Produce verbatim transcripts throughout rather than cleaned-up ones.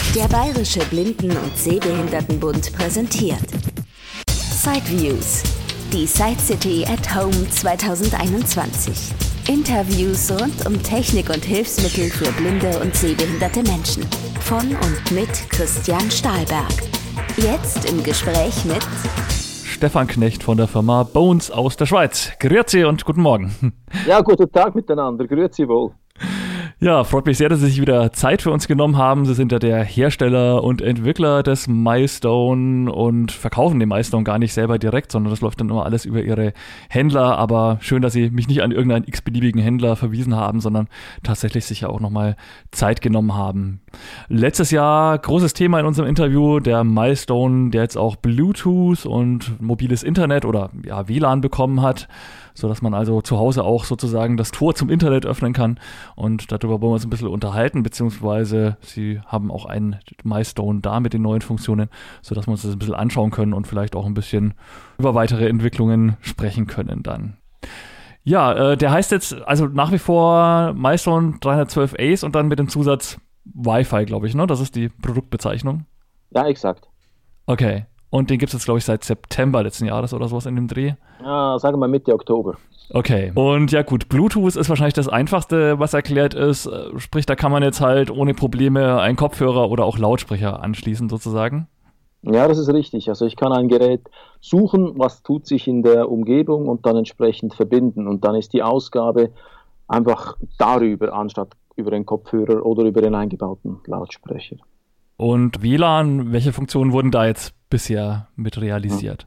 Der Bayerische Blinden- und Sehbehindertenbund präsentiert Sideviews, die Side City at Home zwanzig einundzwanzig. Interviews rund um Technik und Hilfsmittel für blinde und sehbehinderte Menschen. Von und mit Christian Stahlberg. Jetzt im Gespräch mit Stefan Knecht von der Firma Bones aus der Schweiz. Grüezi und guten Morgen. Ja, guten Tag miteinander. Grüezi wohl. Ja, freut mich sehr, dass Sie sich wieder Zeit für uns genommen haben. Sie sind ja der Hersteller und Entwickler des Milestone und verkaufen den Milestone gar nicht selber direkt, sondern das läuft dann immer alles über Ihre Händler. Aber schön, dass Sie mich nicht an irgendeinen x-beliebigen Händler verwiesen haben, sondern tatsächlich sich ja auch nochmal Zeit genommen haben. Letztes Jahr großes Thema in unserem Interview, der Milestone, der jetzt auch Bluetooth und mobiles Internet oder ja, W L A N bekommen hat, sodass man also zu Hause auch sozusagen das Tor zum Internet öffnen kann. Und darüber wollen wir uns ein bisschen unterhalten, beziehungsweise Sie haben auch einen Milestone da mit den neuen Funktionen, sodass wir uns das ein bisschen anschauen können und vielleicht auch ein bisschen über weitere Entwicklungen sprechen können dann. Ja, äh, der heißt jetzt also nach wie vor Milestone dreihundertzwölf Ace und dann mit dem Zusatz Wi-Fi, glaube ich, ne? Das ist die Produktbezeichnung. Ja, exakt. Okay. Und den gibt es jetzt, glaube ich, seit September letzten Jahres oder sowas in dem Dreh. Ja, sagen wir Mitte Oktober. Okay. Und ja gut, Bluetooth ist wahrscheinlich das Einfachste, was erklärt ist. Sprich, da kann man jetzt halt ohne Probleme einen Kopfhörer oder auch Lautsprecher anschließen sozusagen. Ja, das ist richtig. Also ich kann ein Gerät suchen, was tut sich in der Umgebung und dann entsprechend verbinden. Und dann ist die Ausgabe einfach darüber, anstatt über den Kopfhörer oder über den eingebauten Lautsprecher. Und W L A N, welche Funktionen wurden da jetzt bisher mit realisiert?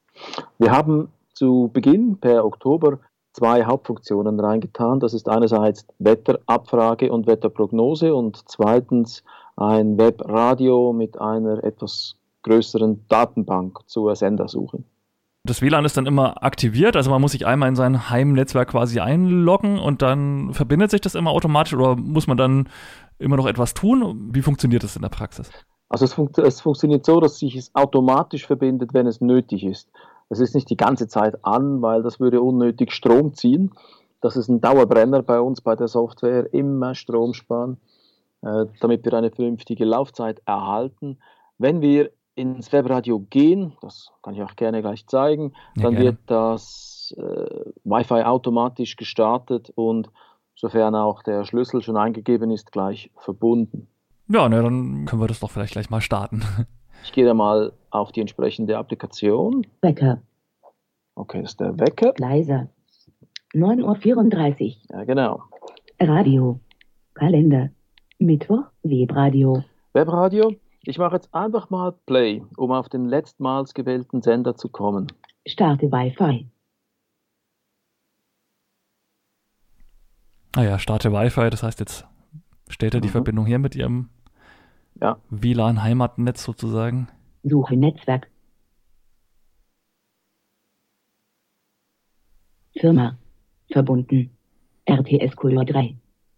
Wir haben zu Beginn per Oktober zwei Hauptfunktionen reingetan. Das ist einerseits Wetterabfrage und Wetterprognose und zweitens ein Webradio mit einer etwas größeren Datenbank zur Sendersuche. Das W L A N ist dann immer aktiviert, also man muss sich einmal in sein Heimnetzwerk quasi einloggen und dann verbindet sich das immer automatisch oder muss man dann immer noch etwas tun? Wie funktioniert das in der Praxis? Also es, funkt, es funktioniert so, dass sich es automatisch verbindet, wenn es nötig ist. Es ist nicht die ganze Zeit an, weil das würde unnötig Strom ziehen. Das ist ein Dauerbrenner bei uns bei der Software, immer Strom sparen, äh, damit wir eine vernünftige Laufzeit erhalten. Wenn wir ins Webradio gehen, das kann ich auch gerne gleich zeigen, ja, dann gerne. wird das äh, Wi-Fi automatisch gestartet und sofern auch der Schlüssel schon eingegeben ist, gleich verbunden. Ja, ne, dann können wir das doch vielleicht gleich mal starten. Ich gehe da mal auf die entsprechende Applikation. Wecker. Okay, das ist der Wecker. Leiser. neun Uhr vierunddreißig. Ja, genau. Radio. Kalender. Mittwoch. Webradio. Webradio. Ich mache jetzt einfach mal Play, um auf den letztmals gewählten Sender zu kommen. Starte Wi-Fi. Ah ja, starte Wi-Fi, das heißt jetzt stellt er die mhm. Verbindung her mit Ihrem ja. W L A N-Heimatnetz sozusagen. Suche Netzwerk. Firma. Verbunden. R T S Couleur drei.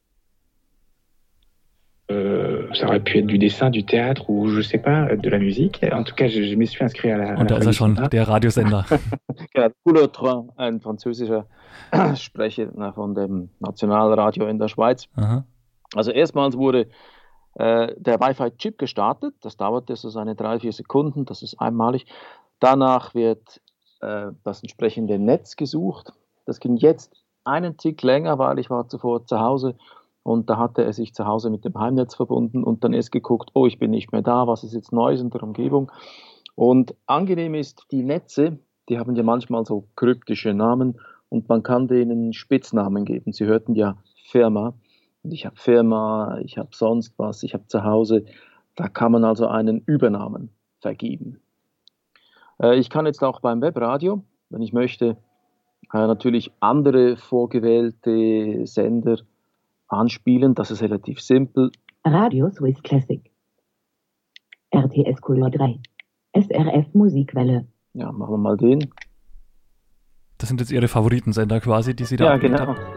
Euh, ça aurait pu être du dessin, du théâtre ou je sais pas, de la musique. En tout cas, je, je m'y suis inscrit à la. Und da ist er schon, der Radiosender. Genau, Couleur drei, ein französischer Sprecher von dem Nationalradio in der Schweiz. Aha. Also erstmals wurde äh, der Wi-Fi-Chip gestartet. Das dauerte so seine drei, vier Sekunden. Das ist einmalig. Danach wird äh, das entsprechende Netz gesucht. Das ging jetzt einen Tick länger, weil ich war zuvor zu Hause. Und da hatte er sich zu Hause mit dem Heimnetz verbunden und dann erst geguckt, oh, ich bin nicht mehr da, was ist jetzt Neues in der Umgebung. Und angenehm ist, die Netze, die haben ja manchmal so kryptische Namen und man kann denen Spitznamen geben. Sie hörten ja Firma und ich habe Firma, ich habe sonst was, ich habe zu Hause. Da kann man also einen Übernamen vergeben. Äh, ich kann jetzt auch beim Webradio, wenn ich möchte, äh, natürlich andere vorgewählte Sender anspielen, das ist relativ simpel. Radio Swiss Classic. R T S Couleur drei. S R F Musikwelle. Ja, machen wir mal den. Das sind jetzt Ihre Favoritensender quasi, die Sie da Ja, genau. Haben.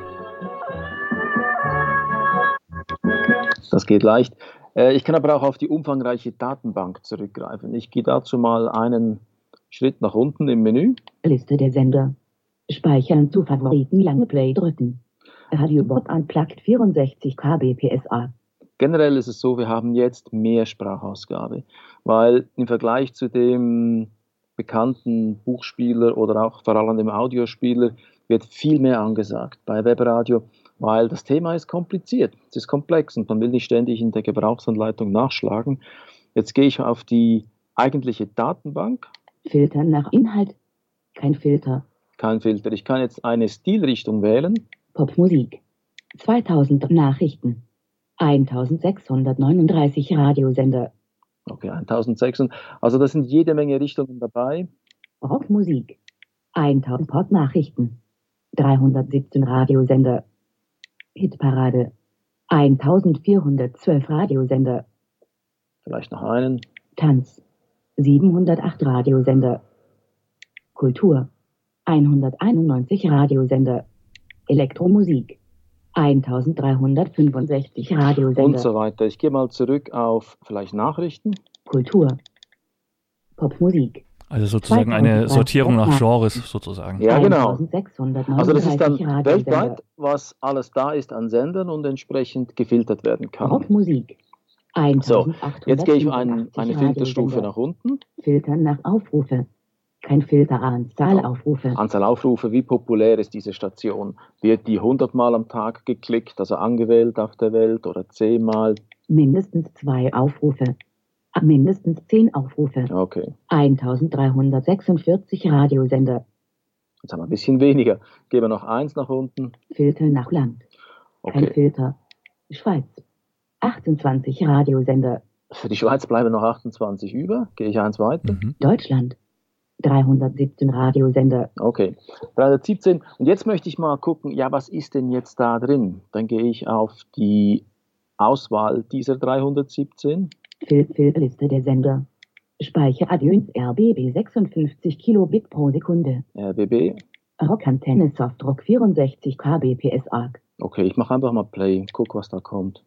Das geht leicht. Ich kann aber auch auf die umfangreiche Datenbank zurückgreifen. Ich gehe dazu mal einen Schritt nach unten im Menü. Liste der Sender. Speichern zu Favoriten, lange Play drücken. Radiobot Unplugged vierundsechzig K B P S A. Generell ist es so, wir haben jetzt mehr Sprachausgabe, weil im Vergleich zu dem bekannten Buchspieler oder auch vor allem dem Audiospieler wird viel mehr angesagt bei Webradio, weil das Thema ist kompliziert, es ist komplex und man will nicht ständig in der Gebrauchsanleitung nachschlagen. Jetzt gehe ich auf die eigentliche Datenbank. Filtern nach Inhalt. Kein Filter. Kein Filter. Ich kann jetzt eine Stilrichtung wählen. Popmusik. zweitausend Nachrichten. eintausendsechshundertneununddreißig Radiosender. Okay, eintausendsechshundert. Also da sind jede Menge Richtungen dabei. Rockmusik. eintausend Pop-Nachrichten. dreihundertsiebzehn Radiosender. Hitparade. eintausendvierhundertzwölf Radiosender. Vielleicht noch einen. Tanz. siebenhundertacht Radiosender. Kultur. hunderteinundneunzig Radiosender. Elektromusik. eintausenddreihundertfünfundsechzig Radiosender. Und so weiter. Ich gehe mal zurück auf vielleicht Nachrichten. Kultur. Popmusik. Also sozusagen eine Sortierung nach Genres sozusagen. Ja, genau. eintausendsechshundertneununddreißig Also das ist dann Radiosender. weltweit, was alles da ist an Sendern und entsprechend gefiltert werden kann. Rockmusik. So, jetzt gehe ich ein, eine eintausendachthundertfünfundachtzig Filterstufe Radiosender. nach unten. Filtern nach Aufrufe. Kein Filter, Anzahl Aufrufe. Anzahl Aufrufe, wie populär ist diese Station? Wird die hundert Mal am Tag geklickt, also angewählt auf der Welt oder zehnmal? Mindestens zwei Aufrufe. Mindestens zehn Aufrufe. Okay, eintausenddreihundertsechsundvierzig Radiosender. jetzt haben wir ein bisschen weniger. Gehen wir noch eins nach unten. Filter nach Land. Kein Okay, Filter. Schweiz. achtundzwanzig Radiosender. für die Schweiz bleiben noch achtundzwanzig über. Gehe ich eins weiter. Mhm. Deutschland. dreihundertsiebzehn Radiosender. Okay, dreihundertsiebzehn. Und jetzt möchte ich mal gucken, ja, was ist denn jetzt da drin? Dann gehe ich auf die Auswahl dieser dreihundertsiebzehn. Fil Filterliste der Sender. Speicher Adjöns R B B sechsundfünfzig Kilobit pro Sekunde. R B B. Rockantenne Softrock vierundsechzig Kbps A G. Okay, ich mache einfach mal Play, guck, was da kommt.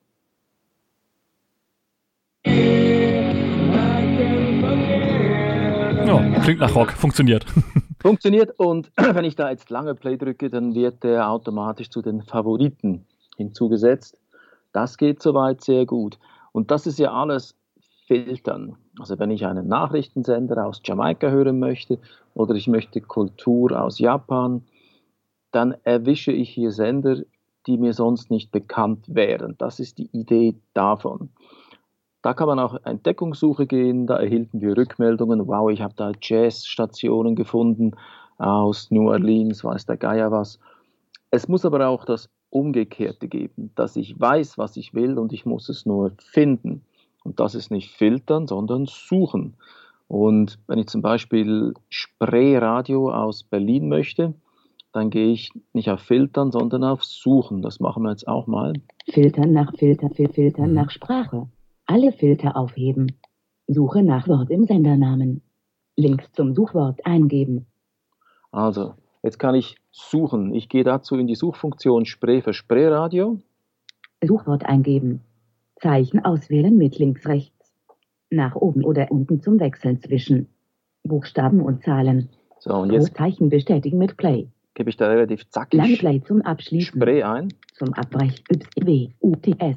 Ja, klingt nach Rock, funktioniert. Funktioniert, und wenn ich da jetzt lange Play drücke, dann wird der automatisch zu den Favoriten hinzugesetzt. Das geht soweit sehr gut. Und das ist ja alles Filtern. Also wenn ich einen Nachrichtensender aus Jamaika hören möchte oder ich möchte Kultur aus Japan, dann erwische ich hier Sender, die mir sonst nicht bekannt wären. Das ist die Idee davon. Da kann man auch Entdeckungssuche gehen, da erhielten wir Rückmeldungen, wow, ich habe da Jazzstationen gefunden aus New Orleans, weiß der Geier was. Es muss aber auch das Umgekehrte geben, dass ich weiß, was ich will und ich muss es nur finden. Und das ist nicht filtern, sondern suchen. Und wenn ich zum Beispiel Spreeradio aus Berlin möchte, dann gehe ich nicht auf Filtern, sondern auf Suchen. Das machen wir jetzt auch mal. Filtern nach Filter, Fil Filtern nach Sprache. Alle Filter aufheben. Suche nach Wort im Sendernamen. Links zum Suchwort eingeben. Also, jetzt kann ich suchen. Ich gehe dazu in die Suchfunktion Spree für Spreeradio. Suchwort eingeben. Zeichen auswählen mit links rechts. Nach oben oder unten zum Wechseln zwischen Buchstaben und Zahlen. So, und jetzt Großzeichen bestätigen mit Play. gebe ich da relativ zackig Lang Play zum Abschließen. Spree ein. Zum Abbrechen. Y, W, U, T, S.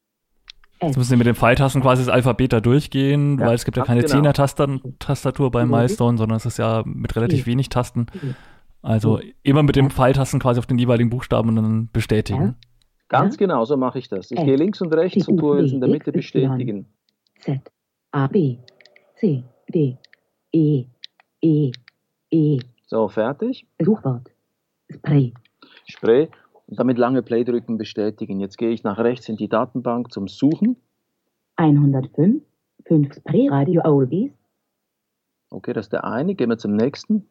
Jetzt müssen Sie mit den Pfeiltasten quasi das Alphabet da durchgehen, Ja, weil es gibt ja ganz keine genau. Zehner-Tastatur beim Milestone, sondern es ist ja mit relativ wenig Tasten. Also immer mit den Pfeiltasten quasi auf den jeweiligen Buchstaben und dann bestätigen. Ganz Ja. genau, so mache ich das. Ich S, gehe links und rechts T, und tue U, es in der W, Mitte X, bestätigen. Z, A, B, C, D, E, E, E. So, fertig. Suchwort. Spray. Spree. Und damit lange Play drücken, bestätigen. Jetzt gehe ich nach rechts in die Datenbank zum Suchen. hundertfünf. fünf Spray Radio Oldies. Okay, das ist der eine. Gehen wir zum nächsten.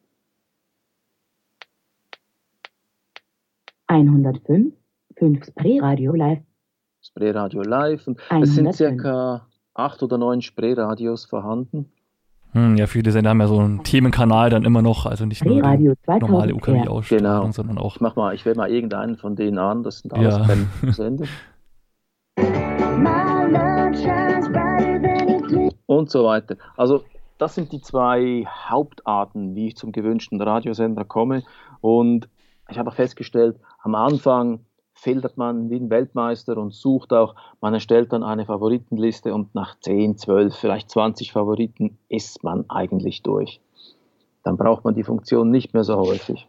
hundertfünf. fünf Spray Radio Live. Spreeradio Live. Und es sind hundertfünf. circa acht oder neun Spreeradios vorhanden. Hm, ja, viele Sender haben ja so einen Themenkanal dann immer noch, also nicht nur die Radio normale U K zweitausend. W-Ausstrahlung, Genau. sondern auch. Ich mach mal, ich wähle mal irgendeinen von denen an. Das sind alles Ja. Sender. Und so weiter. Also das sind die zwei Hauptarten, wie ich zum gewünschten Radiosender komme. Und ich habe auch festgestellt, am Anfang filtert man wie ein Weltmeister und sucht auch, man erstellt dann eine Favoritenliste und nach zehn, zwölf, vielleicht zwanzig Favoriten ist man eigentlich durch. Dann braucht man die Funktion nicht mehr so häufig.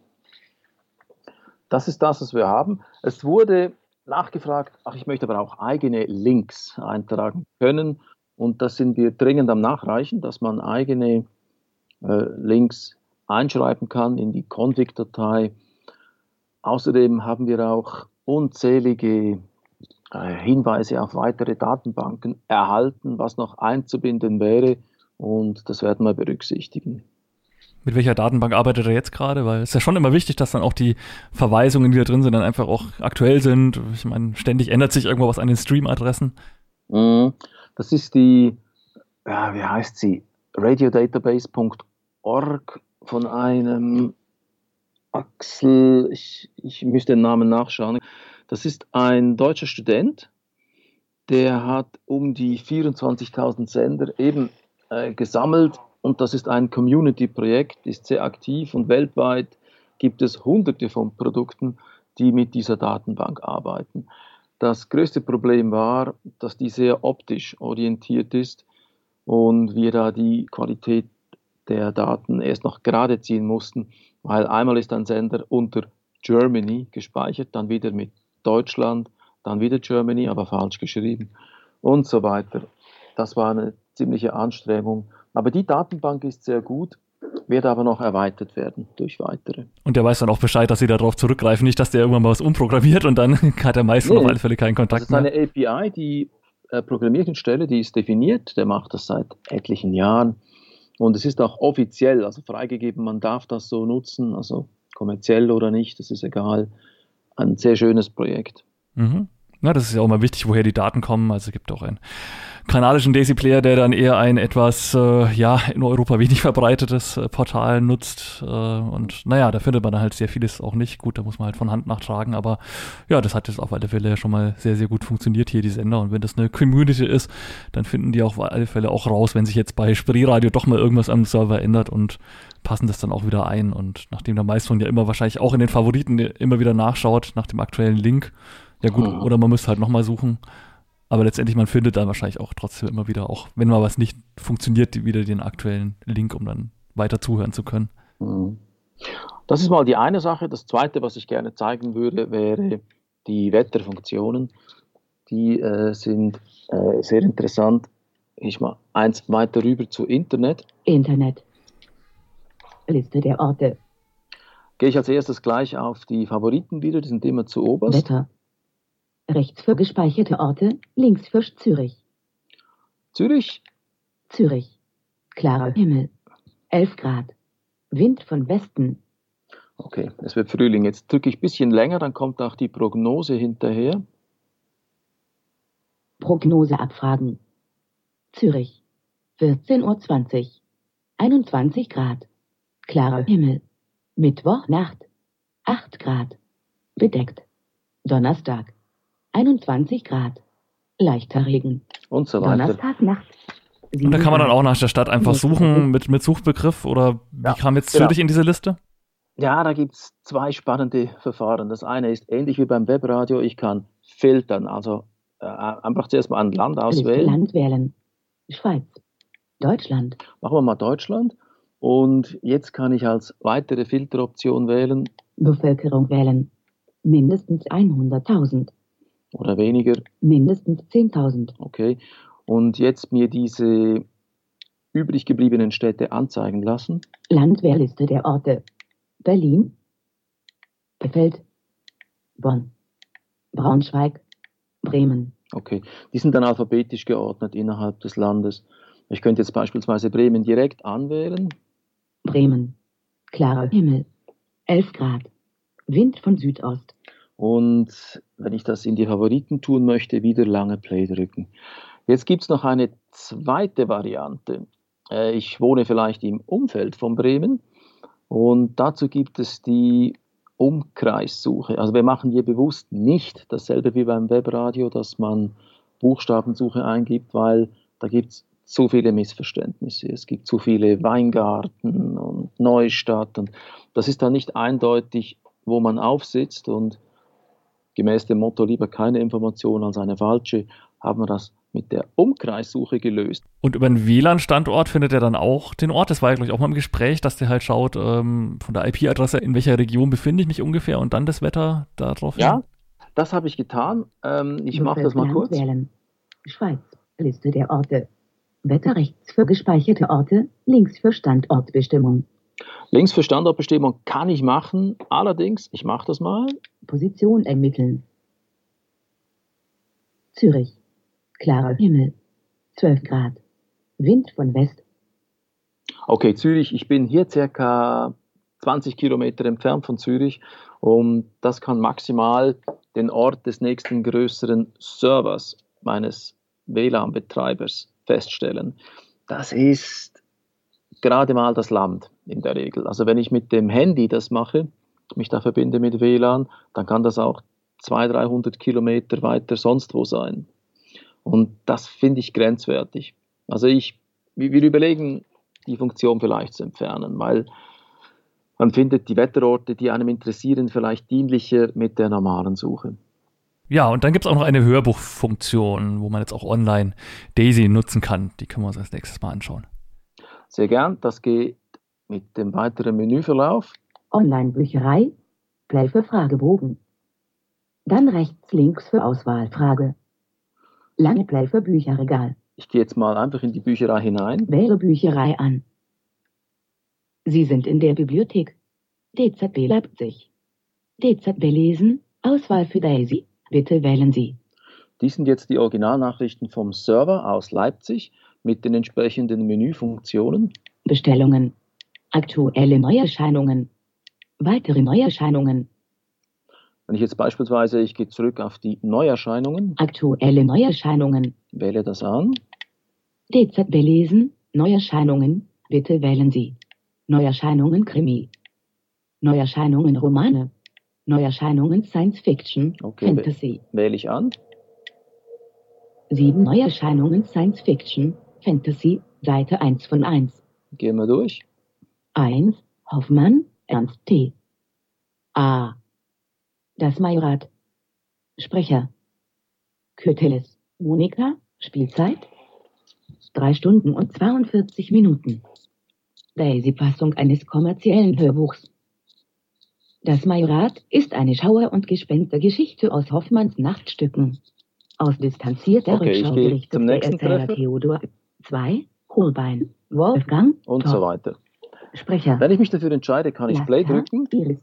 Das ist das, was wir haben. Es wurde nachgefragt, ach, ich möchte aber auch eigene Links eintragen können. Und das sind wir dringend am Nachreichen, dass man eigene äh, Links einschreiben kann in die Config-Datei. Außerdem haben wir auch unzählige äh, Hinweise auf weitere Datenbanken erhalten, was noch einzubinden wäre. Und das werden wir berücksichtigen. Mit welcher Datenbank arbeitet er jetzt gerade? Weil es ist ja schon immer wichtig, dass dann auch die Verweisungen, die da drin sind, dann einfach auch aktuell sind. Ich meine, ständig ändert sich irgendwo was an den Stream-Adressen. Das ist die, ja, wie heißt sie? radiodatabase punkt org von einem Axel, ich, ich müsste den Namen nachschauen. Das ist ein deutscher Student, der hat um die vierundzwanzigtausend Sender eben äh, gesammelt. Und das ist ein Community-Projekt, ist sehr aktiv und weltweit gibt es hunderte von Produkten, die mit dieser Datenbank arbeiten. Das größte Problem war, dass die sehr optisch orientiert ist und wir da die Qualität der Daten erst noch gerade ziehen mussten, weil einmal ist ein Sender unter Germany gespeichert, dann wieder mit Deutschland, dann wieder Germany, aber falsch geschrieben und so weiter. Das war eine ziemliche Anstrengung. Aber die Datenbank ist sehr gut, wird aber noch erweitert werden durch weitere. Und der weiß dann auch Bescheid, dass sie darauf zurückgreifen, nicht, dass der irgendwann mal was umprogrammiert und dann hat der meistens nee, auf alle Fälle keinen Kontakt mehr. Das ist eine A P I, die äh, Programmierschnittstelle, die ist definiert, der macht das seit etlichen Jahren und es ist auch offiziell, also freigegeben, man darf das so nutzen, also kommerziell oder nicht, das ist egal. Ein sehr schönes Projekt. Mhm. Na, das ist ja auch mal wichtig, woher die Daten kommen. Also es gibt auch einen kanadischen Daisy-Player, der dann eher ein etwas, äh, ja, in Europa wenig verbreitetes äh, Portal nutzt. Äh, und naja, da findet man dann halt sehr vieles auch nicht. Gut, da muss man halt von Hand nachtragen. Aber ja, das hat jetzt auf alle Fälle schon mal sehr, sehr gut funktioniert hier, die Sender. Und wenn das eine Community ist, dann finden die auf alle Fälle auch raus, wenn sich jetzt bei Spreeradio doch mal irgendwas am Server ändert und passen das dann auch wieder ein. Und nachdem der Maestron ja immer wahrscheinlich auch in den Favoriten immer wieder nachschaut nach dem aktuellen Link, ja gut, mhm. oder man müsste halt nochmal suchen. Aber letztendlich, man findet dann wahrscheinlich auch trotzdem immer wieder, auch wenn mal was nicht funktioniert, wieder den aktuellen Link, um dann weiter zuhören zu können. Das ist mal die eine Sache. Das zweite, was ich gerne zeigen würde, wäre die Wetterfunktionen. Die äh, sind äh, sehr interessant. Ich mal eins weiter rüber zu Internet. Internet. Liste der Orte. Gehe ich als erstes gleich auf die Favoriten wieder, die sind immer zu oberst. Wetter. Rechts für gespeicherte Orte, links für Zürich. Zürich? Zürich. Klarer Himmel. elf Grad. Wind von Westen. Okay, es wird Frühling. Jetzt drücke ich ein bisschen länger, dann kommt auch die Prognose hinterher. Prognose abfragen. Zürich. vierzehn Uhr zwanzig. einundzwanzig Grad. Klarer Himmel. Mittwoch Nacht. acht Grad. Bedeckt. Donnerstag. einundzwanzig Grad. Leichter Regen. Und so weiter. Donnerstag Nacht. Und da kann man dann auch nach der Stadt einfach suchen mit, mit Suchbegriff oder wie ja, kam jetzt Zürich genau. in diese Liste? Ja, da gibt es zwei spannende Verfahren. Das eine ist ähnlich wie beim Webradio, ich kann filtern, also äh, einfach zuerst mal ein Land auswählen. Land wählen. Schweiz. Deutschland. Machen wir mal Deutschland. Und jetzt kann ich als weitere Filteroption wählen. Bevölkerung wählen. Mindestens hunderttausend. Oder weniger? Mindestens zehntausend. Okay. Und jetzt mir diese übrig gebliebenen Städte anzeigen lassen. Landwehrliste der Orte. Berlin. Bielefeld. Bonn. Braunschweig. Bremen. Okay. Die sind dann alphabetisch geordnet innerhalb des Landes. Ich könnte jetzt beispielsweise Bremen direkt anwählen. Bremen. Klarer Himmel. elf Grad. Wind von Südost. Und wenn ich das in die Favoriten tun möchte, wieder lange Play drücken. Jetzt gibt es noch eine zweite Variante. Ich wohne vielleicht im Umfeld von Bremen und dazu gibt es die Umkreissuche. Also wir machen hier bewusst nicht dasselbe wie beim Webradio, dass man Buchstabensuche eingibt, weil da gibt es zu viele Missverständnisse. Es gibt zu viele Weingarten und Neustadt und das ist dann nicht eindeutig, wo man aufsitzt und gemäß dem Motto lieber keine Information als eine falsche, haben wir das mit der Umkreissuche gelöst. Und über einen W L A N-Standort findet er dann auch den Ort. Das war ja, glaube ich, auch mal im Gespräch, dass der halt schaut, ähm, von der I P-Adresse, in welcher Region befinde ich mich ungefähr und dann das Wetter darauf. Ja, das habe ich getan. Ähm, ich mache das mal Land kurz. Wählen. Schweiz. Liste der Orte. Wetter rechts für gespeicherte Orte, links für Standortbestimmung. Links für Standortbestimmung kann ich machen. Allerdings, ich mache das mal. Position ermitteln. Zürich. Klarer Himmel. zwölf Grad. Wind von West. Okay, Zürich. Ich bin hier circa zwanzig Kilometer entfernt von Zürich und das kann maximal den Ort des nächsten größeren Servers meines W L A N-Betreibers feststellen. Das ist gerade mal das Land in der Regel. Also wenn ich mit dem Handy das mache, mich da verbinde mit W L A N, dann kann das auch zweihundert, dreihundert Kilometer weiter sonst wo sein. Und das finde ich grenzwertig. Also ich, wir überlegen, die Funktion vielleicht zu entfernen, weil man findet die Wetterorte, die einem interessieren, vielleicht dienlicher mit der normalen Suche. Ja, und dann gibt es auch noch eine Hörbuchfunktion, wo man jetzt auch online Daisy nutzen kann. Die können wir uns als nächstes mal anschauen. Sehr gern. Das geht mit dem weiteren Menüverlauf. Online-Bücherei. Play für Fragebogen. Dann rechts links für Auswahlfrage. Lange Play für Bücherregal. Ich gehe jetzt mal einfach in die Bücherei hinein. Wähle Bücherei an. Sie sind in der Bibliothek. D Z B Leipzig. D Z B lesen. Auswahl für Daisy. Bitte wählen Sie. Dies sind jetzt die Originalnachrichten vom Server aus Leipzig mit den entsprechenden Menüfunktionen. Bestellungen. Aktuelle Neuerscheinungen. Weitere Neuerscheinungen. Wenn ich jetzt beispielsweise, ich gehe zurück auf die Neuerscheinungen. Aktuelle Neuerscheinungen. Wähle das an. D Z B lesen. Neuerscheinungen. Bitte wählen Sie. Neuerscheinungen Krimi. Neuerscheinungen Romane. Neuerscheinungen Science Fiction. Okay, Fantasy. Wähle ich an. Sieben Neuerscheinungen Science Fiction. Fantasy. Seite eins von eins. Gehen wir durch. eins. Hoffmann. Ernst T. A. Das Majorat. Sprecher. Köteles. Monika. Spielzeit. Drei Stunden und zweiundvierzig Minuten. Daisy-Fassung eines kommerziellen Hörbuchs. Das Majorat ist eine Schauer- und Gespenstergeschichte aus Hoffmanns Nachtstücken. Aus distanzierter Okay, ich Rückschau gehe berichtet zum der nächsten Erzähler Treffer. Theodor. zwei. Holbein. Wolfgang. Und Top. so weiter. Sprecher. Wenn ich mich dafür entscheide, kann ich Play Lasker, drücken Iris.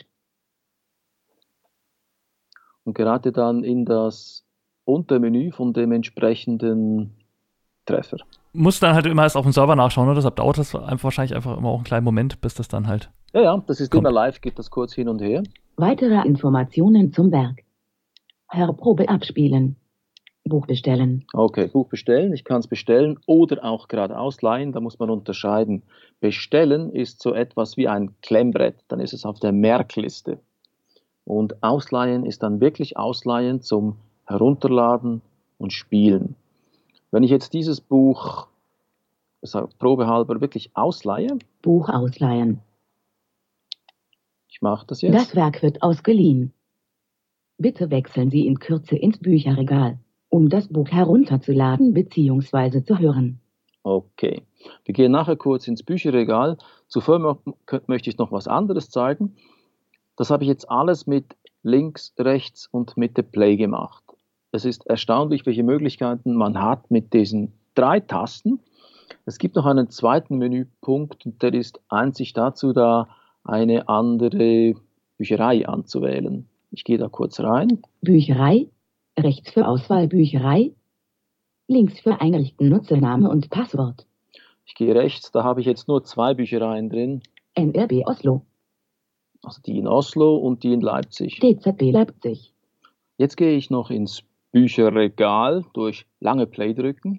und gerate dann in das Untermenü von dem entsprechenden Treffer. Muss dann halt immer erst auf dem Server nachschauen, oder? Deshalb dauert das einfach wahrscheinlich einfach immer auch einen kleinen Moment, bis das dann halt. Ja, ja, das ist Kommt. immer live, geht das kurz hin und her. Weitere Informationen zum Werk. Hörprobe abspielen. Buch bestellen. Okay, Buch bestellen. Ich kann es bestellen oder auch gerade ausleihen. Da muss man unterscheiden. Bestellen ist so etwas wie ein Klemmbrett. Dann ist es auf der Merkliste. Und ausleihen ist dann wirklich ausleihen zum Herunterladen und Spielen. Wenn ich jetzt dieses Buch, also probehalber, wirklich ausleihe, Buch ausleihen. ich mache das jetzt. Das Werk wird ausgeliehen. Bitte wechseln Sie in Kürze ins Bücherregal, um das Buch herunterzuladen bzw. zu hören. Okay, wir gehen nachher kurz ins Bücherregal. Zuvor mo- möchte ich noch was anderes zeigen. Das habe ich jetzt alles mit links, rechts und Mitte Play gemacht. Es ist erstaunlich, welche Möglichkeiten man hat mit diesen drei Tasten. Es gibt noch einen zweiten Menüpunkt und der ist einzig dazu da, eine andere Bücherei anzuwählen. Ich gehe da kurz rein. Bücherei, rechts für Auswahl Bücherei, links für Einrichten Nutzername und Passwort. Ich gehe rechts, da habe ich jetzt nur zwei Büchereien drin. N R B Oslo, Also die in Oslo und die in Leipzig. D Z B Leipzig. Jetzt gehe ich noch ins Bücherregal durch lange Play drücken.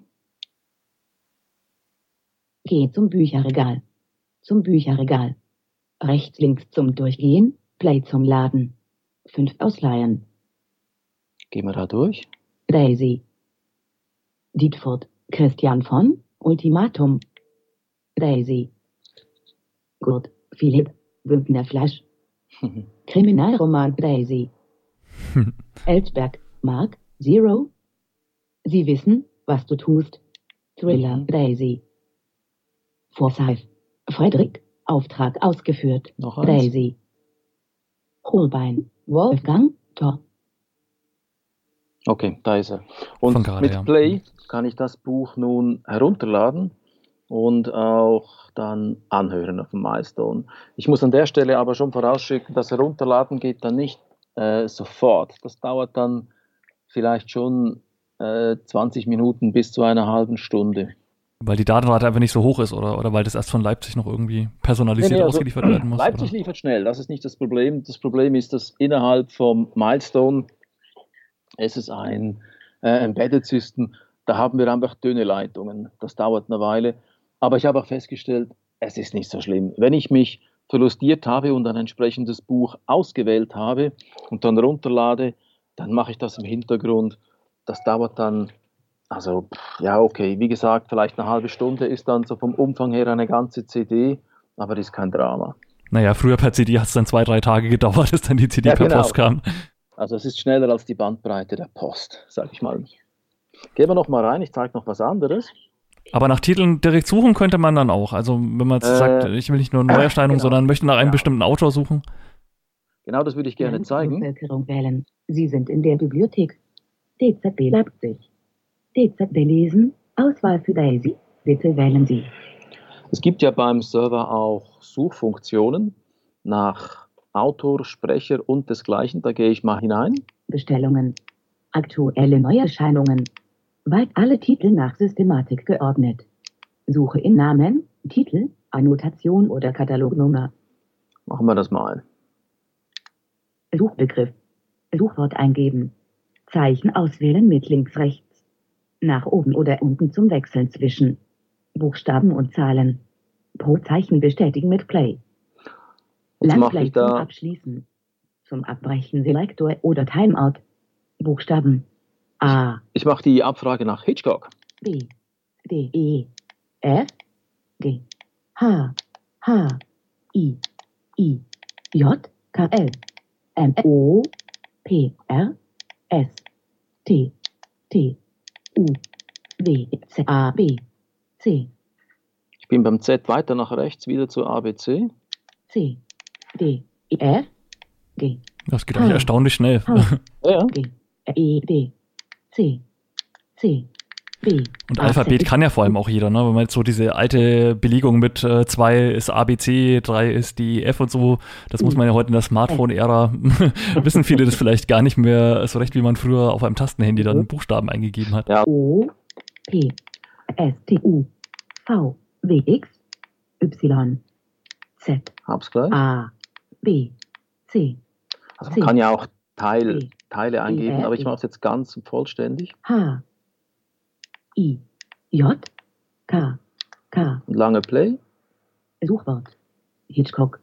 Geh zum Bücherregal. Zum Bücherregal. Rechts links zum Durchgehen, Play zum Laden. fünf ausleihen. Gehen wir da durch. Daisy. Dietfurt, Christian von, Ultimatum. Daisy. Gurt, Philipp, Bündner Flasch. Kriminalroman Daisy. Elsberg, Mark, Zero. Sie wissen, was du tust. Thriller, Daisy. Forsyth, Frederick, Auftrag ausgeführt. Noch eins. Daisy. Holbein, Wolfgang, Tor. Okay, da ist er. Und Von gerade, mit ja. Play kann ich das Buch nun herunterladen und auch dann anhören auf dem Milestone. Ich muss an der Stelle aber schon vorausschicken, das Herunterladen geht dann nicht äh, sofort. Das dauert dann vielleicht schon äh, zwanzig Minuten bis zu einer halben Stunde. Weil die Datenrate einfach nicht so hoch ist oder, oder weil das erst von Leipzig noch irgendwie personalisiert Nee, nee, also, ausgeliefert werden muss? Leipzig oder? liefert schnell, das ist nicht das Problem. Das Problem ist, dass innerhalb vom Milestone es ist ein äh, Embedded System, da haben wir einfach dünne Leitungen. Das dauert eine Weile. Aber ich habe auch festgestellt, es ist nicht so schlimm. Wenn ich mich verlustiert habe und ein entsprechendes Buch ausgewählt habe und dann runterlade, dann mache ich das im Hintergrund. Das dauert dann, also ja okay, wie gesagt, vielleicht eine halbe Stunde ist dann so vom Umfang her eine ganze C D, aber das ist kein Drama. Naja, früher per C D hat es dann zwei, drei Tage gedauert, bis dann die C D Ja, per genau. Post kam. Also es ist schneller als die Bandbreite der Post, sage ich mal. Gehen wir noch mal rein, ich zeige noch was anderes. Aber nach Titeln direkt suchen könnte man dann auch. Also wenn man jetzt Äh, sagt, ich will nicht nur Neuerscheinungen, genau. sondern möchte nach einem Ja. bestimmten Autor suchen. Genau das würde ich gerne zeigen. Bevölkerung wählen. Sie sind in der Bibliothek. D Z B Leipzig. D Z B lesen. Auswahl für Daisy. Bitte wählen Sie. Es gibt ja beim Server auch Suchfunktionen nach Autor, Sprecher und desgleichen. Da gehe ich mal hinein. Bestellungen. Aktuelle Neuerscheinungen. Weit alle Titel nach Systematik geordnet. Suche in Namen, Titel, Annotation oder Katalognummer. Machen wir das mal. Suchbegriff. Suchwort eingeben. Zeichen auswählen mit links rechts. Nach oben oder unten zum Wechseln zwischen Buchstaben und Zahlen. Pro Zeichen bestätigen mit Play. Jetzt mache Langplay ich zum da, Abschließen. Zum Abbrechen Selektor oder Timeout. Buchstaben. A, ich mache die Abfrage nach Hitchcock. B, D, E, F, G, H, H, I, I, J, K, L, M, O, P, R, S, T, T, U, W, Z, A, B, C, Ich bin beim Z weiter nach rechts, wieder zu A B C. C, D, E, F, G, Das geht eigentlich Ah. erstaunlich schnell. H, Ja, G, E, D, C, C, B. Und A, Alphabet Z, kann ja vor allem auch jeder, ne? Wenn man jetzt so diese alte Belegung mit äh, zwei ist A B C, drei ist die F und so, das muss man ja heute in der Smartphone-Ära, wissen viele das vielleicht gar nicht mehr so recht, wie man früher auf einem Tastenhandy dann Buchstaben eingegeben hat. ja. O, P, S, T, U, V, W, X, Y, Z, Hab's gleich. A, B, C, Also man kann ja auch Teil, C, Teile eingeben, E, aber ich mache es jetzt ganz und vollständig. H, I, J, K, K, Und lange Play. Suchwort, Hitchcock.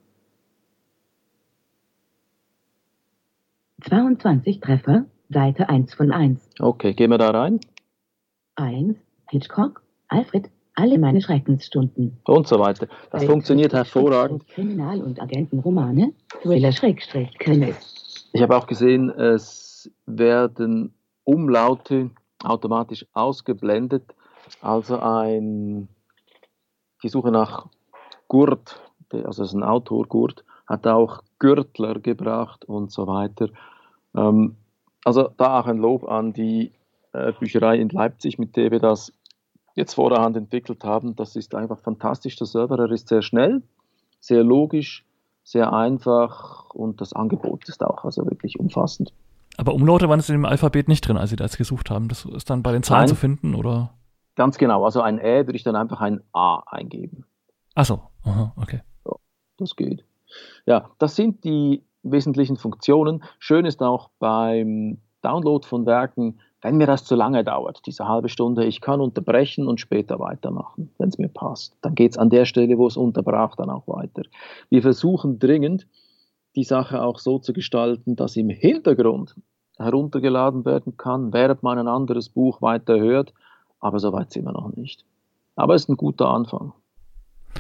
zweiundzwanzig Treffer, Seite eins von eins. Okay, gehen wir da rein. eins, Hitchcock, Alfred, alle meine Schreckensstunden. Und so weiter. Das Bei funktioniert Schrägstrich hervorragend. Kriminal- und Agentenromane, Thriller Schrägstrich Krimis. Ich habe auch gesehen, es werden Umlaute automatisch ausgeblendet. Also ein, die Suche nach Gurt, also es ist ein Autor, Gurt, hat auch Gürtler gebracht und so weiter. Ähm, also da auch ein Lob an die äh, Bücherei in Leipzig, mit der wir das jetzt vorderhand entwickelt haben. Das ist einfach fantastisch, der Server. Er ist sehr schnell, sehr logisch, sehr einfach und das Angebot ist auch also wirklich umfassend. Aber Umlaute waren jetzt in dem Alphabet nicht drin, als Sie das gesucht haben. Das ist dann bei den Zahlen Nein. zu finden, oder? Ganz genau, also ein Ä würde ich dann einfach ein A eingeben. Achso, aha, okay. Das geht. Ja, das sind die wesentlichen Funktionen. Schön ist auch beim Download von Werken, wenn mir das zu lange dauert, diese halbe Stunde, ich kann unterbrechen und später weitermachen, wenn es mir passt. Dann geht es an der Stelle, wo es unterbrach, dann auch weiter. Wir versuchen dringend, die Sache auch so zu gestalten, dass im Hintergrund heruntergeladen werden kann, während man ein anderes Buch weiter hört, aber so weit sind wir noch nicht. Aber es ist ein guter Anfang.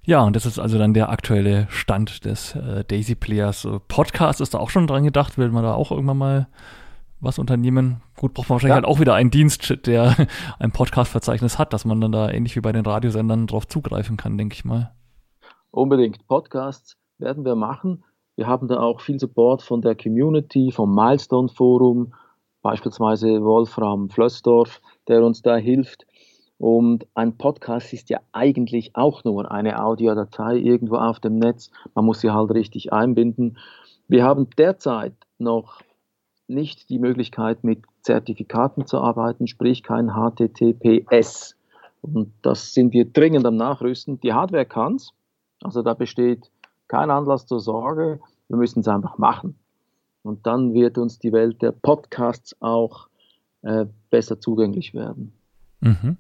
Ja, und das ist also dann der aktuelle Stand des äh, Daisy Players. Podcast ist da auch schon dran gedacht, will man da auch irgendwann mal was unternehmen? Gut, braucht man wahrscheinlich ja. halt auch wieder einen Dienst, der ein Podcast-Verzeichnis hat, dass man dann da ähnlich wie bei den Radiosendern drauf zugreifen kann, denke ich mal. Unbedingt. Podcasts werden wir machen. Wir haben da auch viel Support von der Community, vom Milestone Forum, beispielsweise Wolfram Flössdorf, der uns da hilft. Und ein Podcast ist ja eigentlich auch nur eine Audiodatei irgendwo auf dem Netz. Man muss sie halt richtig einbinden. Wir haben derzeit noch nicht die Möglichkeit, mit Zertifikaten zu arbeiten, sprich kein H T T P S. Und das sind wir dringend am Nachrüsten. Die Hardware kann es, also da besteht kein Anlass zur Sorge. Wir müssen es einfach machen. Und dann wird uns die Welt der Podcasts auch äh, besser zugänglich werden. Mhm.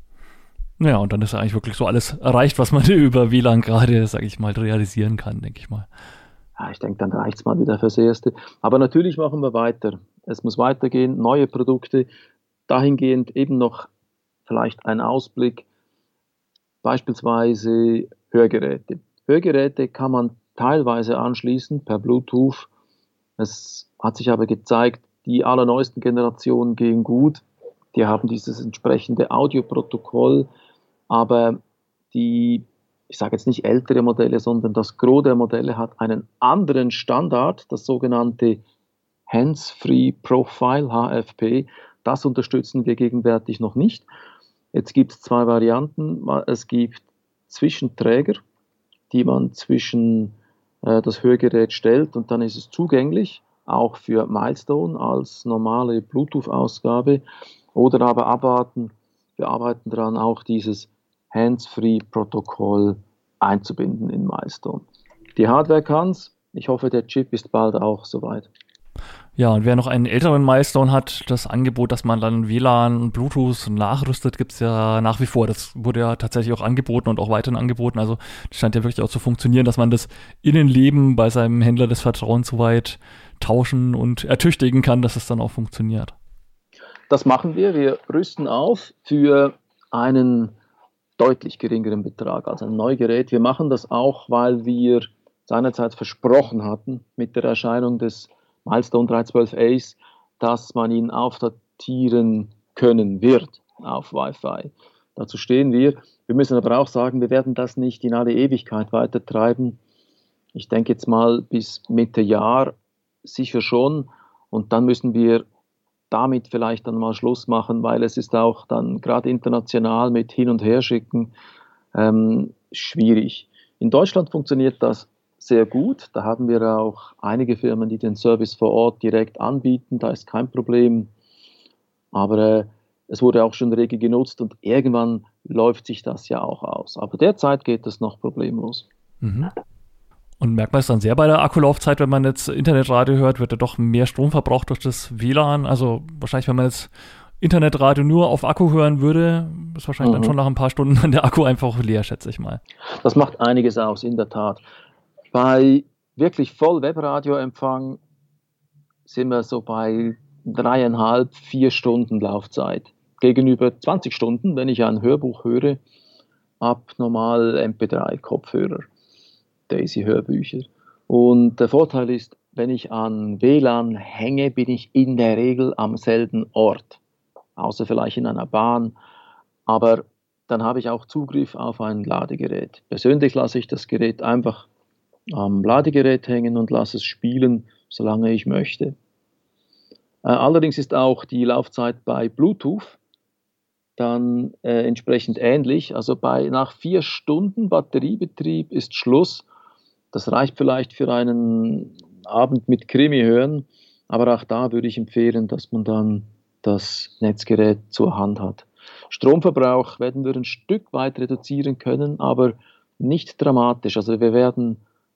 Ja, und dann ist ja eigentlich wirklich so alles erreicht, was man über W L A N gerade, sage ich mal, realisieren kann, denke ich mal. Ja, ich denke, dann reicht es mal wieder fürs Erste. Aber natürlich machen wir weiter. Es muss weitergehen, neue Produkte, dahingehend eben noch vielleicht ein Ausblick, beispielsweise Hörgeräte. Hörgeräte kann man teilweise anschließen per Bluetooth. Es hat sich aber gezeigt, die allerneuesten Generationen gehen gut. Die haben dieses entsprechende Audioprotokoll, aber die, ich sage jetzt nicht ältere Modelle, sondern das Gros der Modelle hat einen anderen Standard, das sogenannte Hands-Free Profile, H F P. Das unterstützen wir gegenwärtig noch nicht. Jetzt gibt es zwei Varianten. Es gibt Zwischenträger, die man zwischen äh, das Hörgerät stellt und dann ist es zugänglich, auch für Milestone als normale Bluetooth-Ausgabe. Oder aber abwarten, wir arbeiten daran, auch dieses Hands-Free-Protokoll einzubinden in Milestone. Die Hardware kann es, ich hoffe, der Chip ist bald auch soweit. Ja, und wer noch einen älteren Milestone hat, das Angebot, dass man dann W L A N und Bluetooth nachrüstet, gibt es ja nach wie vor. Das wurde ja tatsächlich auch angeboten und auch weiterhin angeboten. Also das scheint ja wirklich auch zu funktionieren, dass man das Innenleben bei seinem Händler des Vertrauens soweit tauschen und ertüchtigen kann, dass es dann auch funktioniert. Das machen wir. Wir rüsten auf für einen deutlich geringeren Betrag als ein Neugerät. Wir machen das auch, weil wir seinerzeit versprochen hatten mit der Erscheinung des Milestone drei zwölf Ace, dass man ihn aufdatieren können wird auf Wi-Fi. Dazu stehen wir. Wir müssen aber auch sagen, wir werden das nicht in alle Ewigkeit weiter treiben. Ich denke jetzt mal bis Mitte Jahr sicher schon. Und dann müssen wir damit vielleicht dann mal Schluss machen, weil es ist auch dann gerade international mit Hin- und Herschicken ähm, schwierig. In Deutschland funktioniert das sehr gut. Da haben wir auch einige Firmen, die den Service vor Ort direkt anbieten. Da ist kein Problem. Aber äh, es wurde auch schon rege genutzt und irgendwann läuft sich das ja auch aus. Aber derzeit geht es noch problemlos. Mhm. Und merkt man es dann sehr bei der Akkulaufzeit, wenn man jetzt Internetradio hört, wird ja doch mehr Strom verbraucht durch das W L A N. Also wahrscheinlich, wenn man jetzt Internetradio nur auf Akku hören würde, ist wahrscheinlich mhm. dann schon nach ein paar Stunden dann der Akku einfach leer, schätze ich mal. Das macht einiges aus, in der Tat. Bei wirklich voll Webradioempfang sind wir so bei dreieinhalb, vier Stunden Laufzeit. Gegenüber zwanzig Stunden, wenn ich ein Hörbuch höre, ab normal M P drei Kopfhörer, Daisy-Hörbücher. Und der Vorteil ist, wenn ich an W L A N hänge, bin ich in der Regel am selben Ort. Außer vielleicht in einer Bahn. Aber dann habe ich auch Zugriff auf ein Ladegerät. Persönlich lasse ich das Gerät einfach am Ladegerät hängen und lasse es spielen, solange ich möchte. Äh, allerdings ist auch die Laufzeit bei Bluetooth dann äh, entsprechend ähnlich. Also bei nach vier Stunden Batteriebetrieb ist Schluss. Das reicht vielleicht für einen Abend mit Krimi hören, aber auch da würde ich empfehlen, dass man dann das Netzgerät zur Hand hat. Stromverbrauch werden wir ein Stück weit reduzieren können, aber nicht dramatisch. Also wir werden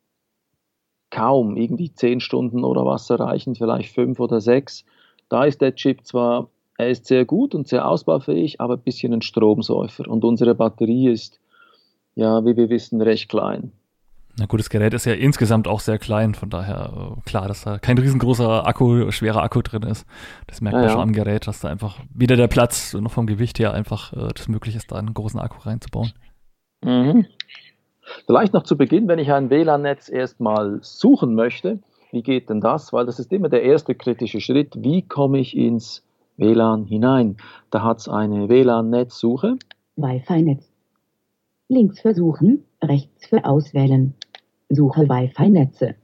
kaum irgendwie zehn Stunden oder was erreichen, vielleicht fünf oder sechs. Da ist der Chip zwar, er ist sehr gut und sehr ausbaufähig, aber ein bisschen ein Stromsäufer. Und unsere Batterie ist, ja, wie wir wissen, recht klein. Na gut, das Gerät ist ja insgesamt auch sehr klein, von daher äh, klar, dass da kein riesengroßer Akku, schwerer Akku drin ist. Das merkt ja, man ja. schon am Gerät, dass da einfach wieder der Platz, noch vom Gewicht her, einfach äh, das möglich ist, da einen großen Akku reinzubauen. Mhm. Vielleicht noch zu Beginn, wenn ich ein W L A N-Netz erstmal suchen möchte, wie geht denn das? Weil das ist immer der erste kritische Schritt. Wie komme ich ins W L A N hinein? Da hat es eine W L A N-Netzsuche. Wi-Fi-Netz. Links für Suchen, rechts für Auswählen. Suche Wi-Fi-Netze.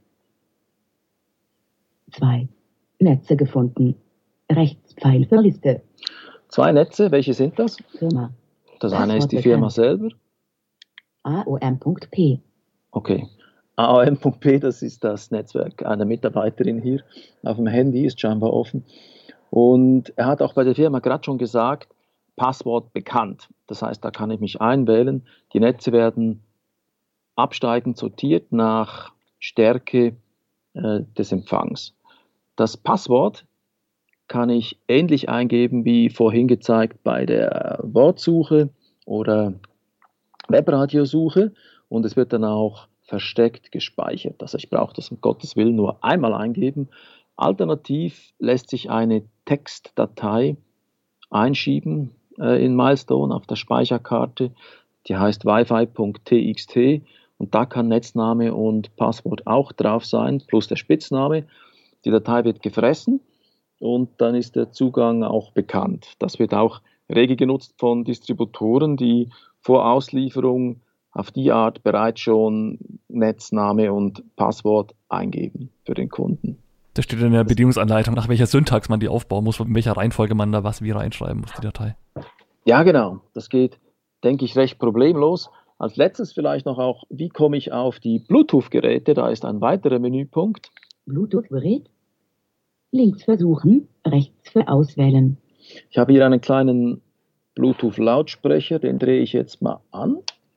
zwei. Netze gefunden. Rechts Pfeil für Liste. Zwei Netze, welche sind das? Firma. Das eine ist die Firma selber. A O M Punkt P. Okay. A O M Punkt P, das ist das Netzwerk einer Mitarbeiterin hier auf dem Handy, ist scheinbar offen. Und er hat auch bei der Firma gerade schon gesagt, Passwort bekannt. Das heißt, da kann ich mich einwählen. Die Netze werden absteigend sortiert nach Stärke äh, des Empfangs. Das Passwort kann ich ähnlich eingeben wie vorhin gezeigt bei der Wortsuche oder Webradiosuche und es wird dann auch versteckt gespeichert. Also ich brauche das um Gottes Willen nur einmal eingeben. Alternativ lässt sich eine Textdatei einschieben äh, in Milestone auf der Speicherkarte. Die heißt wifi Punkt t x t und da kann Netzname und Passwort auch drauf sein, plus der Spitzname. Die Datei wird gefressen und dann ist der Zugang auch bekannt. Das wird auch rege genutzt von Distributoren, die vor Auslieferung auf die Art bereits schon Netzname und Passwort eingeben für den Kunden. Da steht in der Bedienungsanleitung, nach welcher Syntax man die aufbauen muss, in welcher Reihenfolge man da was wie reinschreiben muss, die Datei. Ja, genau. Das geht, denke ich, recht problemlos. Als letztes vielleicht noch auch, wie komme ich auf die Bluetooth-Geräte? Da ist ein weiterer Menüpunkt. Bluetooth-Gerät. Links für Suchen, rechts für Auswählen. Ich habe hier einen kleinen Bluetooth-Lautsprecher, den drehe ich jetzt mal an.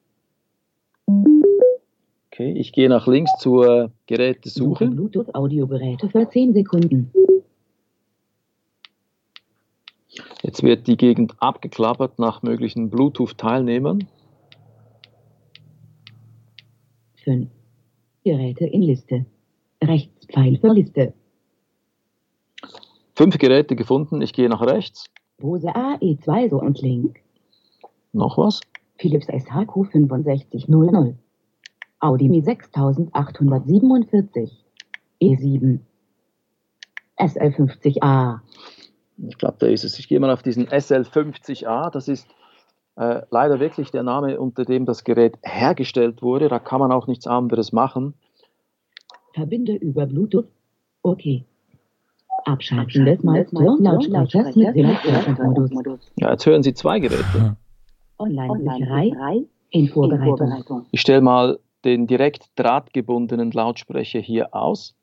Okay, ich gehe nach links zur Gerätesuche. Bluetooth-Audiogeräte für zehn Sekunden. Jetzt wird die Gegend abgeklappert nach möglichen Bluetooth-Teilnehmern. fünf. Geräte in Liste. Rechts Pfeil für Liste. Fünf Geräte gefunden, ich gehe nach rechts. Bose A E zwei so und Link. Noch was? Philips S H Q sechs fünf null null. Audi Mi sechstausendachthundertsiebenundvierzig. E sieben. S L fünfzig A. Ich glaube, da ist es. Ich gehe mal auf diesen S L fünfzig A. Das ist äh, leider wirklich der Name, unter dem das Gerät hergestellt wurde. Da kann man auch nichts anderes machen. Verbinde über Bluetooth. Okay. Abschalten des Milestone-Lautsprechers mit Sicherheitsmodus. Ja, jetzt hören Sie zwei Geräte. Online-Sicherei in Vorbereitung. Ich stelle mal den direkt drahtgebundenen Lautsprecher hier aus.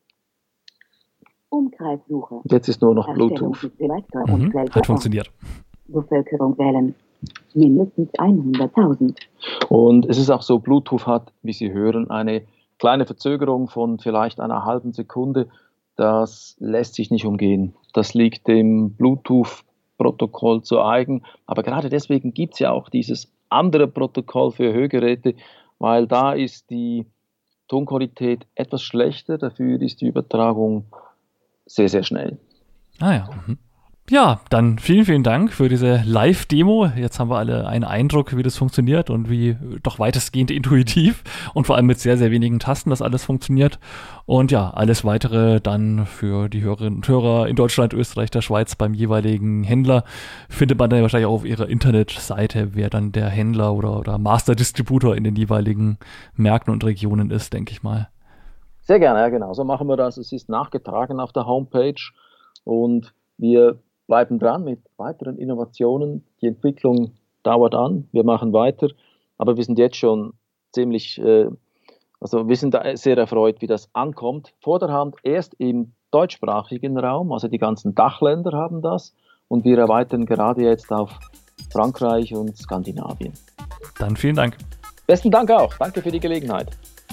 Umkreissuche. Und jetzt ist nur noch Bluetooth. Mhm, hat funktioniert. Bevölkerung wählen. Mindestens hunderttausend. Und es ist auch so, Bluetooth hat, wie Sie hören, eine kleine Verzögerung von vielleicht einer halben Sekunde. Das lässt sich nicht umgehen. Das liegt dem Bluetooth-Protokoll zu eigen. Aber gerade deswegen gibt es ja auch dieses andere Protokoll für Hörgeräte, weil da ist die Tonqualität etwas schlechter, dafür ist die Übertragung sehr, sehr schnell. Ah ja. Mhm. Ja, dann vielen, vielen Dank für diese Live-Demo. Jetzt haben wir alle einen Eindruck, wie das funktioniert und wie doch weitestgehend intuitiv und vor allem mit sehr, sehr wenigen Tasten das alles funktioniert. Und ja, alles Weitere dann für die Hörerinnen und Hörer in Deutschland, Österreich, der Schweiz beim jeweiligen Händler findet man dann wahrscheinlich auch auf ihrer Internetseite, wer dann der Händler oder, oder Master-Distributor in den jeweiligen Märkten und Regionen ist, denke ich mal. Sehr gerne, ja genau. So machen wir das. Es ist nachgetragen auf der Homepage und wir bleiben dran mit weiteren Innovationen. Die Entwicklung dauert an, wir machen weiter, aber wir sind jetzt schon ziemlich, äh, also wir sind da sehr erfreut, wie das ankommt. Vorderhand erst im deutschsprachigen Raum, also die ganzen Dachländer haben das und wir erweitern gerade jetzt auf Frankreich und Skandinavien. Dann vielen Dank. Besten Dank auch. Danke für die Gelegenheit.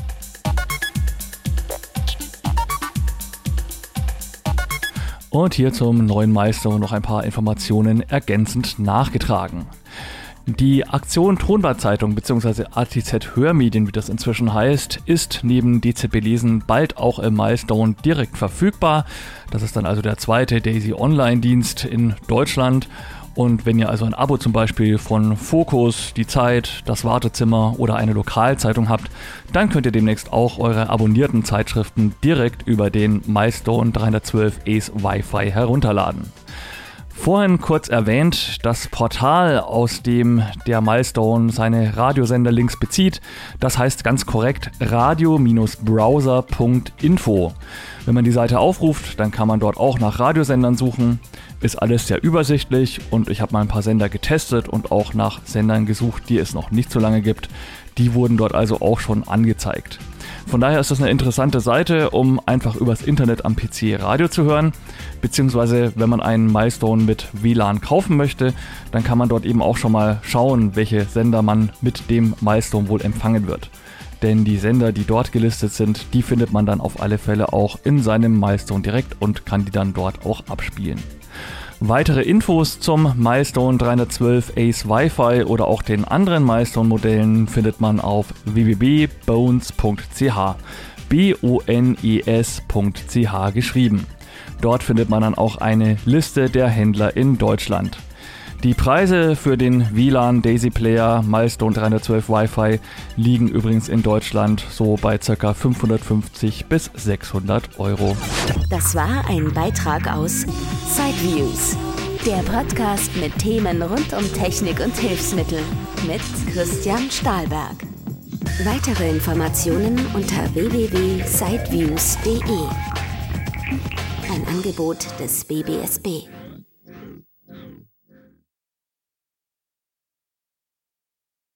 Und hier zum neuen Milestone noch ein paar Informationen ergänzend nachgetragen. Die Aktion Tonblatt-Zeitung bzw. A T Z Hörmedien, wie das inzwischen heißt, ist neben D Z B Lesen bald auch im Milestone direkt verfügbar. Das ist dann also der zweite Daisy Online-Dienst in Deutschland. Und wenn ihr also ein Abo zum Beispiel von Focus, Die Zeit, Das Wartezimmer oder eine Lokalzeitung habt, dann könnt ihr demnächst auch eure abonnierten Zeitschriften direkt über den MyStone dreihundertzwölf Ace Wi-Fi herunterladen. Vorhin kurz erwähnt, das Portal, aus dem der MyStone seine Radiosender-Links bezieht, das heißt ganz korrekt radio Bindestrich browser Punkt info. Wenn man die Seite aufruft, dann kann man dort auch nach Radiosendern suchen. Ist alles sehr übersichtlich und ich habe mal ein paar Sender getestet und auch nach Sendern gesucht, die es noch nicht so lange gibt. Die wurden dort also auch schon angezeigt. Von daher ist das eine interessante Seite, um einfach übers Internet am P C Radio zu hören, beziehungsweise wenn man einen MyStone mit W L A N kaufen möchte, dann kann man dort eben auch schon mal schauen, welche Sender man mit dem MyStone wohl empfangen wird. Denn die Sender, die dort gelistet sind, die findet man dann auf alle Fälle auch in seinem MyStone direkt und kann die dann dort auch abspielen. Weitere Infos zum MyStone dreihundertzwölf Ace Wi-Fi oder auch den anderen MyStone-Modellen findet man auf w w w punkt bones punkt c h, B O N E S Punkt C H geschrieben. Dort findet man dann auch eine Liste der Händler in Deutschland. Die Preise für den W L A N Daisy Player MyStone dreihundertzwölf Wi-Fi liegen übrigens in Deutschland so bei ca. fünfhundertfünfzig bis sechshundert Euro. Das war ein Beitrag aus Sideviews, der Podcast mit Themen rund um Technik und Hilfsmittel mit Christian Stahlberg. Weitere Informationen unter w w w punkt sideviews punkt d e. Ein Angebot des B B S B.